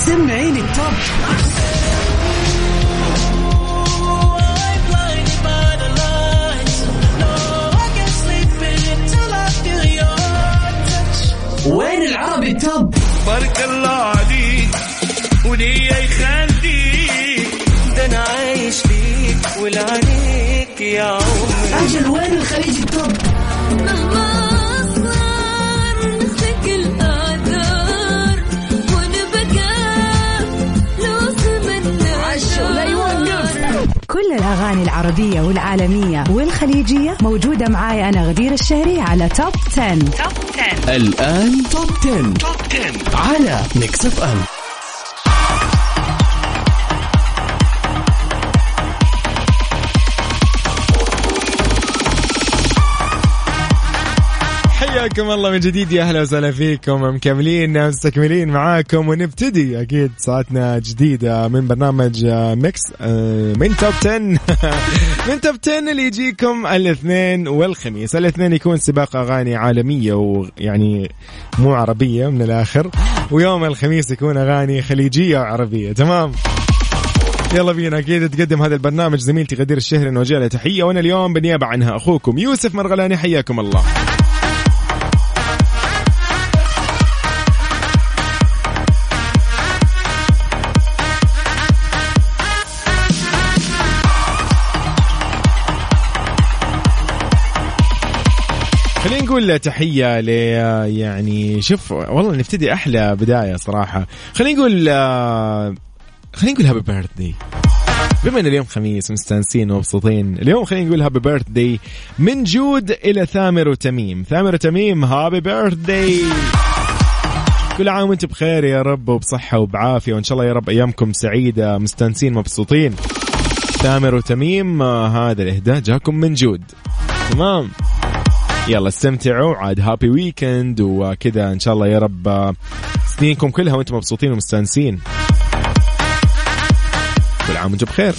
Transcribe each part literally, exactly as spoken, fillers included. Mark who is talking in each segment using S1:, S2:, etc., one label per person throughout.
S1: سمعين التوب. وين العربي التوب؟
S2: بارك الله عليك وليه يخليك، ده انا عايش فيك ولعنيك يا عمري.
S1: أجل وين الخليج التوب؟
S3: مهما أصغر نخلق الآثار ونبقى لوصل من
S1: عشو لا يوقف.
S4: كل الأغاني العربية والعالمية والخليجية موجودة معاي أنا غدير الشهري على توب عشرة. توب عشرة
S1: الآن توب عشرة. توب عشرة على ميكس اف ام.
S5: حياكم الله من جديد، يا أهلا وسهلا فيكم. مكملين مستكملين معاكم ونبتدي أكيد ساعتنا جديدة من برنامج ميكس من توب عشرة. من توب عشرة اللي يجيكم الاثنين والخميس. الاثنين يكون سباق أغاني عالمية ويعني مو عربية من الآخر، ويوم الخميس يكون أغاني خليجية وعربية. تمام، يلا بينا. أكيد تقدم هذا البرنامج زميلتي غدير الشهري، نوجه لها تحية، وأنا اليوم بالنيابة عنها أخوكم يوسف مرغلاني. حياكم الله. خلينا نقول تحية ل يعني شوف والله نبتدي أحلى بداية صراحة. خلينا نقول خلينا نقول هابي بيرثدي، بما أن اليوم خميس مستانسين ومبسوطين اليوم. خلينا نقول هابي بيرثدي من جود إلى ثامر وتميم. ثامر وتميم هابي بيرثدي، كل عام وانتم بخير يا رب وبصحة وبعافية، وإن شاء الله يا رب أيامكم سعيدة مستانسين مبسوطين. ثامر وتميم هذا الإهداء جاكم من جود. تمام، يلا استمتعوا عاد. هابي ويكند وكذا إن شاء الله يا رب سنينكم كلها وانتم مبسوطين ومستانسين. كل عام وانتم بخير.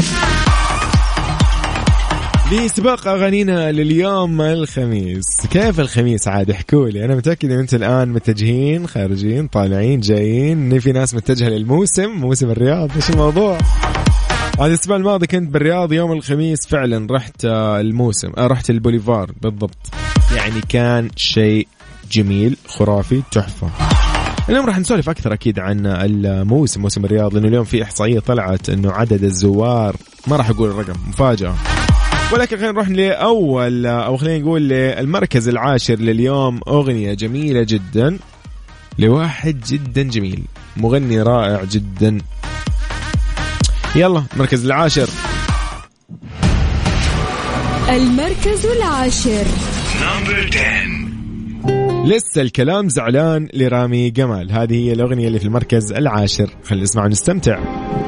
S5: لسباق أغانينا لليوم الخميس. كيف الخميس عاد؟ احكوا لي. أنا متأكد أن أنتم الآن متجهين خارجين طالعين جايين، في ناس متجهة للموسم، موسم الرياض. إيش الموضوع؟ هذا الأسبوع الماضي كنت بالرياض يوم الخميس، فعلا رحت الموسم، رحت البوليفار بالضبط. يعني كان شيء جميل خرافي تحفة. اليوم راح نسولف أكثر أكيد عن الموسم، موسم الرياض، لأنه اليوم في إحصائية طلعت أنه عدد الزوار، ما راح أقول الرقم مفاجأة، ولكن خلينا نروح لأول أو خلينا نقول للمركز العاشر لليوم. أغنية جميلة جدا لواحد جدا جميل، مغني رائع جدا. يلا المركز العاشر.
S3: المركز العاشر
S5: لسه الكلام زعلان لرامي جمال. هذه هي الأغنية اللي في المركز العاشر. خلينا نسمع ونستمتع.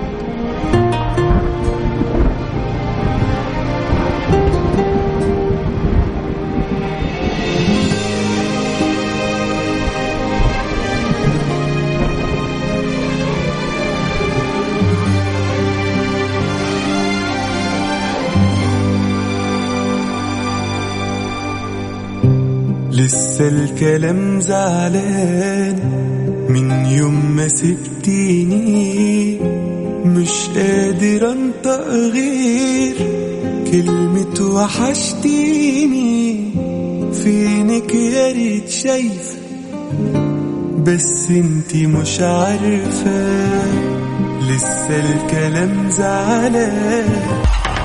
S2: لسه الكلام زعلان من يوم ما سبتيني، مش قادر انطق غير كلمة وحشتيني. فينك يا ريت شايفة بس انتي مش عارفة. لسه الكلام زعلان.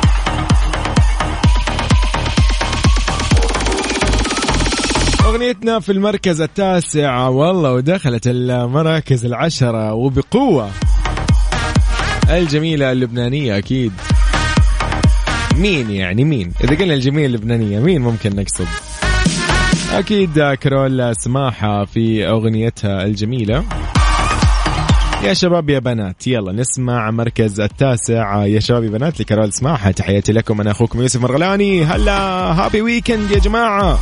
S5: أغنيتنا في المركز التاسع والله، ودخلت المراكز العشرة وبقوة. الجميلة اللبنانية أكيد. مين يعني مين؟ إذا قلنا الجميلة اللبنانية مين ممكن نقصد؟ أكيد كارول سماحة في أغنيتها الجميلة يا شباب يا بنات. يلا نسمع مركز التاسع يا شباب يا بنات لكارول سماحة. تحياتي لكم، أنا أخوكم يوسف مرغلاني. هلا هابي ويكند يا جماعة.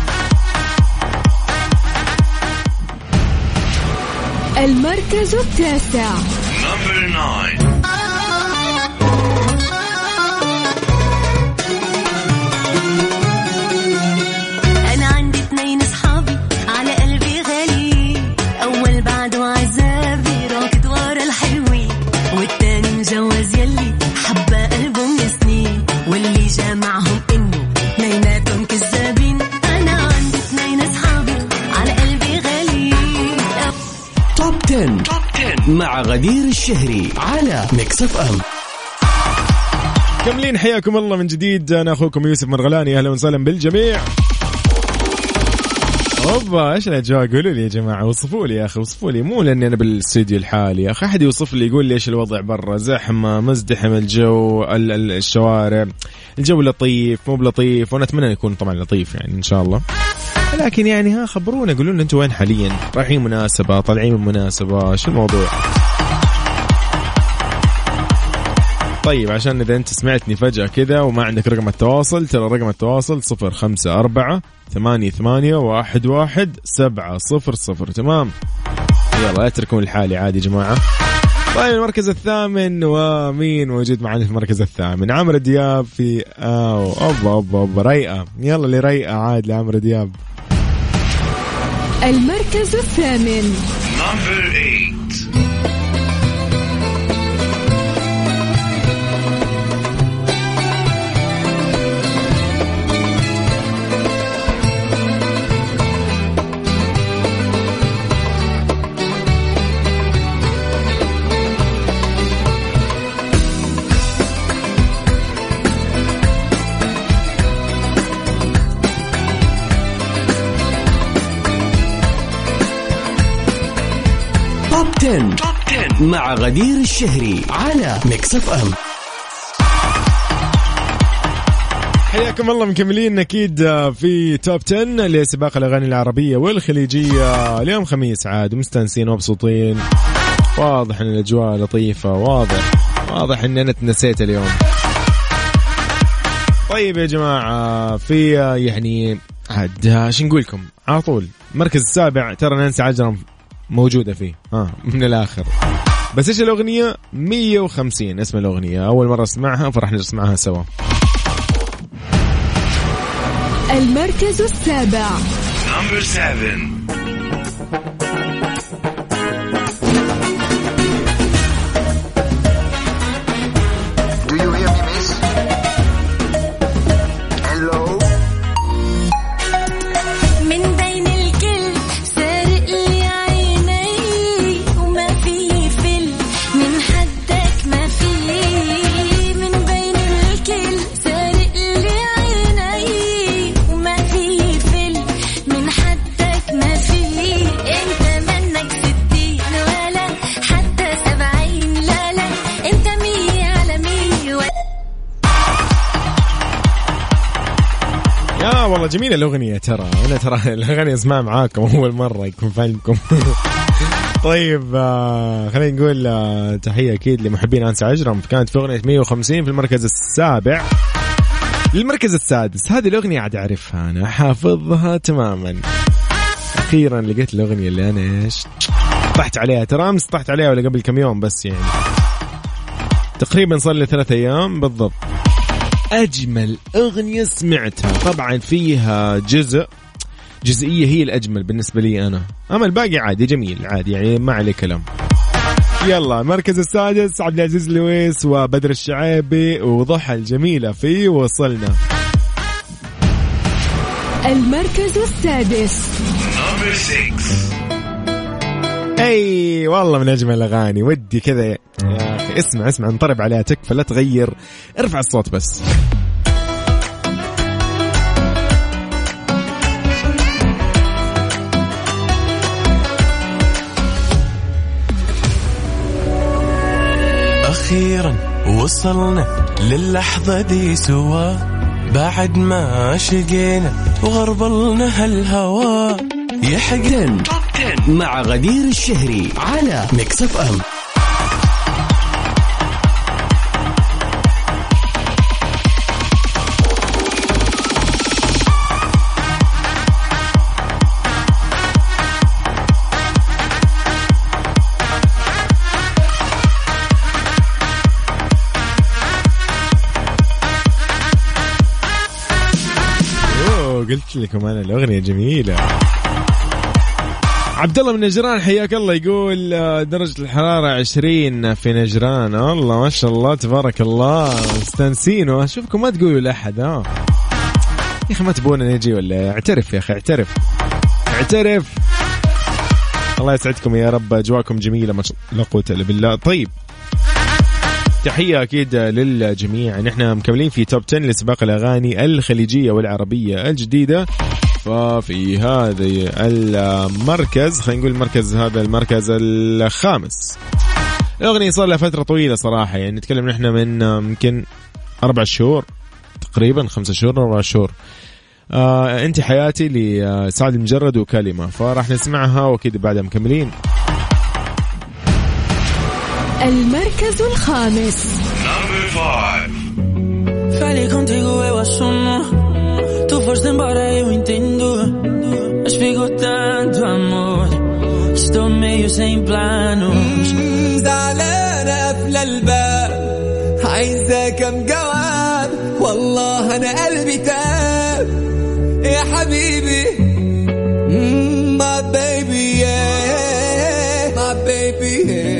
S3: المركز التاسع.
S6: أنا عندي اثنين أصحابي على قلبي غالي، أول بعده عذابي راكد ورا
S1: توب عشرة مع غدير الشهري على ميكس اف ام.
S5: كملين، حياكم الله من جديد. أنا أخوكم يوسف مرغلاني، أهلا وسهلا بالجميع. اوبا ايش الاجواء؟ قولوا لي يا جماعه، وصفوا لي يا اخي، وصفوا لي، مو لاني انا بالاستوديو الحالي يا اخي، احد يوصف لي يقول لي ايش الوضع برا، زحمه، مزدحم الجو، الشوارع، الجو لطيف مو بلطيف، وانا اتمنى يكون طبعا لطيف يعني ان شاء الله، لكن يعني ها خبرونا، قولوا لنا انتم وين حاليا، رايحين مناسبه، طالعين من مناسبه، شو الموضوع؟ طيب عشان إذا أنت سمعتني فجأة كذا وما عندك رقم التواصل، ترى رقم التواصل صفر خمسة أربعة ثمانية ثمانية واحد واحد سبعة صفر صفر. تمام، يلا اتركوا الحالي عادي يا جماعة. طيب المركز الثامن، ومين موجود معنا في المركز الثامن؟ عمرو دياب في أو أوبا أوبا أوبا رايقة، يلا اللي رايقة عاد لعمرو دياب.
S3: المركز الثامن.
S1: توب عشرة مع غدير الشهري على ميكس اف ام.
S5: حياكم الله، مكملين أكيد في توب عشرة لسباق الأغاني العربية والخليجية. اليوم خميس عاد، مستانسين ومبسوطين، واضح أن الأجواء لطيفة، واضح واضح أن أنا تنسيت اليوم. طيب يا جماعة، في يعني عاد شو نقول لكم على طول، المركز السابع ترى نانسي عجرم موجودة فيه، ها من الآخر. بس إيش الأغنية؟ مية وخمسين اسم الأغنية، أول مرة اسمعها فرح نسمعها سوا.
S3: المركز السابع.
S7: Number seven.
S8: Do you hear me, miss? Hello.
S6: من بين الكل سارق لي عيني وما في فل من حدك ما في. من بين الكل سارق لي عيني وما في فل من حدك ما في. انت منك ستين ولا حتى سبعين، لا لا انت مية على مية.
S5: يا والله جميلة الأغنية، ترى أنا ترى الأغنية اسمعها معاكم أول مرة يكون فاهمكم. طيب آه خلينا نقول آه تحية أكيد لمحبين نانسي عجرم، كانت في أغنية مية وخمسين في المركز السابع. للمركز السادس، هذه الأغنية عاد أعرفها أنا، حافظها تماما. أخيرا لقيت الأغنية اللي أنا إيش طحت عليها، ترى أمس طحت عليها ولا قبل كم يوم، بس يعني تقريبا صار لي ثلاثة أيام بالضبط. أجمل أغنية سمعتها، طبعا فيها جزء جزئية هي الأجمل بالنسبة لي أنا، أما الباقي عادي جميل عادي يعني ما عليه كلام. يلا المركز السادس، عبد العزيز لويس وبدر الشعيبي وضحى الجميلة في وصلنا.
S3: المركز السادس.
S7: Number six.
S5: اي والله من اجمل الاغاني، ودي كذا يا اخي اسمع اسمع انطرب عليها، تكفى لا تغير، ارفع الصوت بس.
S2: أخيرا وصلنا للحظة دي سوا، بعد ما شقينا وغربلنا هالهوا.
S1: يحقن مع غدير الشهري على ميكس اف ام.
S5: قلت لكم أنا الأغنية جميلة. عبد الله من نجران حياك الله، يقول درجة الحرارة عشرين في نجران. الله ما شاء الله تبارك الله، مستنسين واشوفكم ما تقولوا لأحد. ها يا أخي ما تبون نجي ولا؟ اعترف يا أخي، اعترف اعترف. الله يسعدكم يا رب، أجواكم جميلة ما شاء الله لا قوة إلا بالله. طيب تحية أكيد للجميع. نحن مكملين في توب عشرة لسباق الأغاني الخليجية والعربية الجديدة. ففي هذا المركز خلينا نقول المركز هذا المركز الخامس. الأغنية صار لها فترة طويلة صراحة، يعني نتكلم نحن من يمكن أربع شهور تقريبا، خمسة شهور أربع شهور. آه أنت حياتي لسعد المجرد وكلمة، فراح نسمعها وكده بعدها مكملين.
S3: المركز الخامس.
S9: Falei contigo, eu assumo. Tu foste embora, eu entendo. Mas ficou tanto amor. Estou meio sem planos.
S10: زعلانة قافلة الباب، عايزة كم جواب. والله أنا قلبي تاب يا حبيبي. My baby yeah, my baby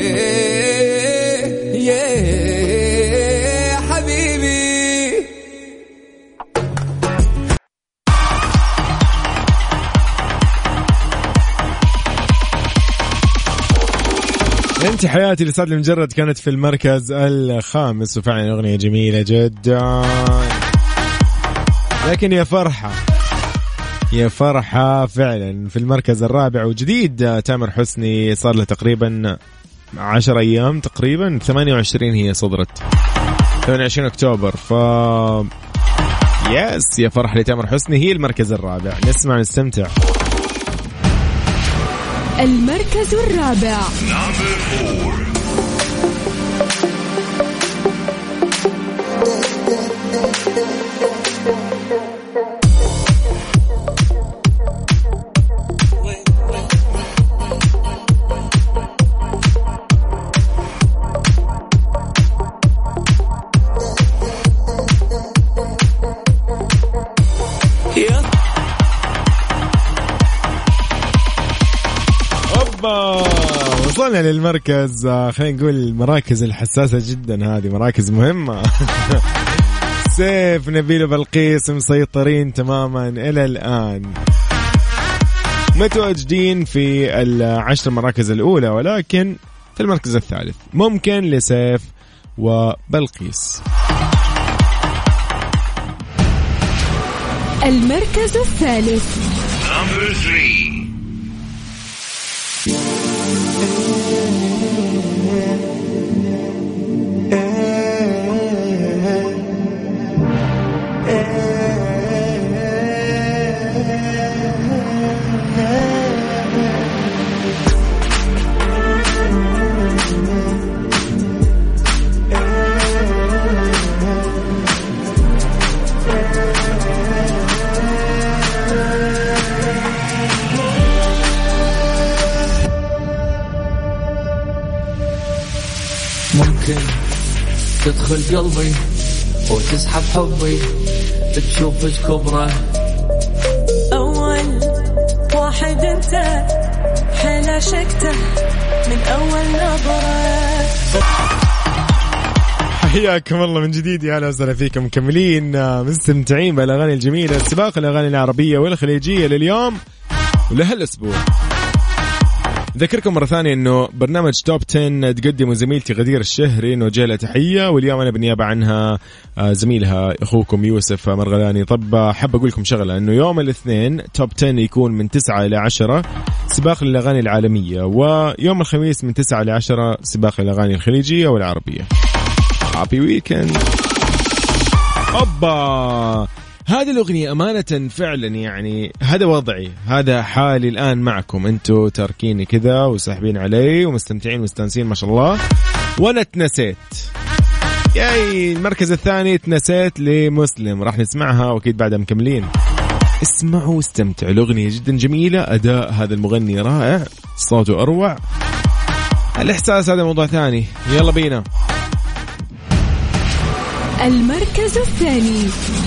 S10: yeah, yeah حبيبي.
S5: انت حياتي لسعد المجرد كانت في المركز الخامس، وفعلا اغنية جميلة جدا. لكن يا فرحة يا فرحة فعلا في المركز الرابع وجديد تامر حسني، صار له تقريبا عشر ايام تقريبا، ثمانية وعشرين هي صدرت ثمانية وعشرين اكتوبر. ف يس يا فرحة لتامر حسني هي المركز الرابع. نسمع نستمتع.
S3: المركز الرابع.
S5: وصلنا للمركز، خلينا نقول المراكز الحساسة جدا، هذه مراكز مهمة. سيف نبيل وبلقيس مسيطرين تماما إلى الآن، متواجدين في العشر مراكز الأولى، ولكن في المركز الثالث ممكن لسيف وبلقيس.
S3: المركز الثالث.
S11: ممكن تدخل قلبي وتسحب حبي، تشوف ايش كبره.
S6: أول واحد أنت حلا شكته من أول نظرة.
S5: حياكم الله من جديد، يا أهلا وسهلا فيكم. مكملين مستمتعين بالأغاني الجميلة، سباق الأغاني العربية والخليجية لليوم ولهالأسبوع. ذكركم مرة ثانية أنه برنامج توب عشرة تقدم زميلتي غدير الشهري، نوجه لها تحية، واليوم أنا بالنيابة عنها زميلها أخوكم يوسف مرغلاني. طب حاب أقول لكم شغلة، أنه يوم الاثنين توب عشرة يكون من تسعة إلى عشرة سباق للأغاني العالمية، ويوم الخميس من تسعة إلى عشرة سباق للأغاني الخليجية والعربية. هابي ويكند. أوبا هذه الأغنية أمانة فعلا يعني هذا وضعي، هذا حالي الآن معكم. أنتوا تاركيني كذا وساحبين علي ومستمتعين ومستانسين ما شاء الله، وأنا اتنسيت. ياي المركز الثاني اتنسيت لمسلم، راح نسمعها وأكيد بعدها مكملين. اسمعوا واستمتعوا، الأغنية جدا جميلة، أداء هذا المغني رائع، صوته أروع، الإحساس هذا موضوع ثاني. يلا بينا.
S3: المركز الثاني.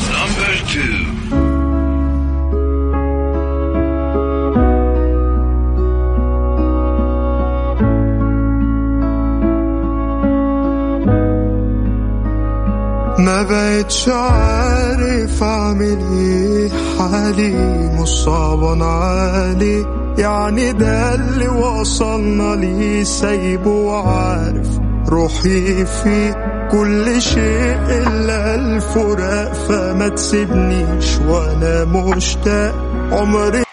S10: ما بقتش عارف اعمل ايه، حالي مصعب عالي، يعني ده اللي وصلنا ليه، سايبه وعارف روحي فيه كل شيء إلا الفراق، فما تسيبنيش وأنا مشتاق عمري.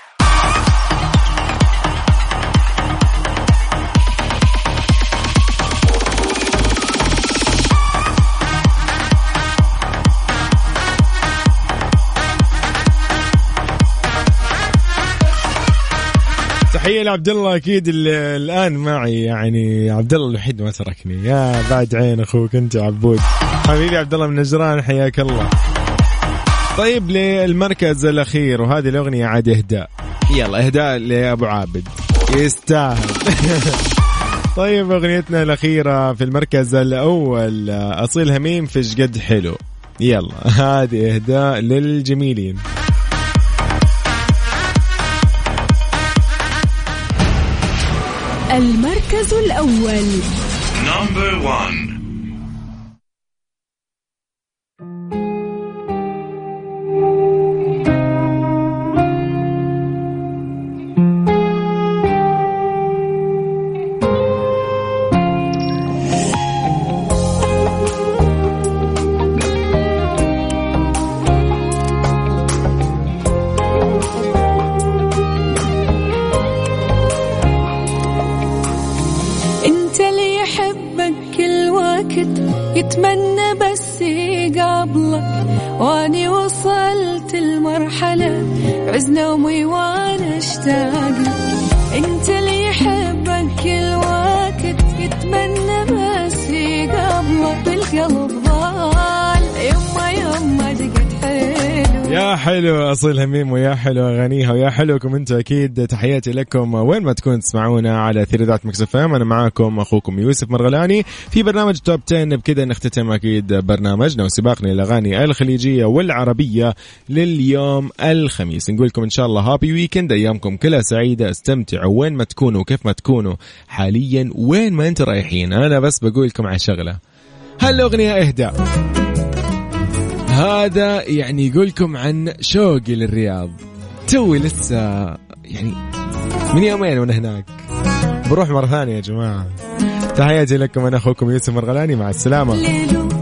S5: تحية لعبد الله أكيد الآن معي، يعني عبد الله الوحيد ما تركني، يا بعد عين أخوك أنت عبود حبيبي عبد الله من نجران، حياك الله. طيب للمركز الأخير، وهذه الأغنية عاد إهداء، يلا إهداء لأبو عابد يستاهل. طيب أغنيتنا الأخيرة في المركز الأول أصيل هميم في شقد حلو، يلا هذه إهداء للجميلين.
S3: المركز الأول
S7: Number one.
S6: يتمنى بس يقابلك، واني وصلت المرحلة عز نومي وانا اشتاق، انت اللي يحبك كل وقت، يتمنى بس يقابلك، بالقلب ضال يما يما دقت حلو.
S5: يا حلو أصيل هميم، ويا حلو أغانيها، ويا حلوكم أنتوا أكيد. تحياتي لكم وين ما تكون تسمعونا على ثيريدات ميكس اف ام. أنا معاكم أخوكم يوسف مرغلاني في برنامج توب عشرة. بكذا نختتم أكيد برنامجنا وسباقنا الأغاني الخليجية والعربية لليوم الخميس. نقول لكم إن شاء الله هابي ويكند، أيامكم كلها سعيدة، استمتعوا وين ما تكونوا وكيف ما تكونوا حاليا وين ما أنتوا رايحين. أنا بس بقول لكم على شغلة، هالأغنية إهداء، هذا يعني يقولكم عن شوقي للرياض، توي لسه يعني من يومين وانا هناك، بروح مرة ثانية يا جماعة. تحياتي لكم، أنا أخوكم يوسف مرغلاني، مع السلامة.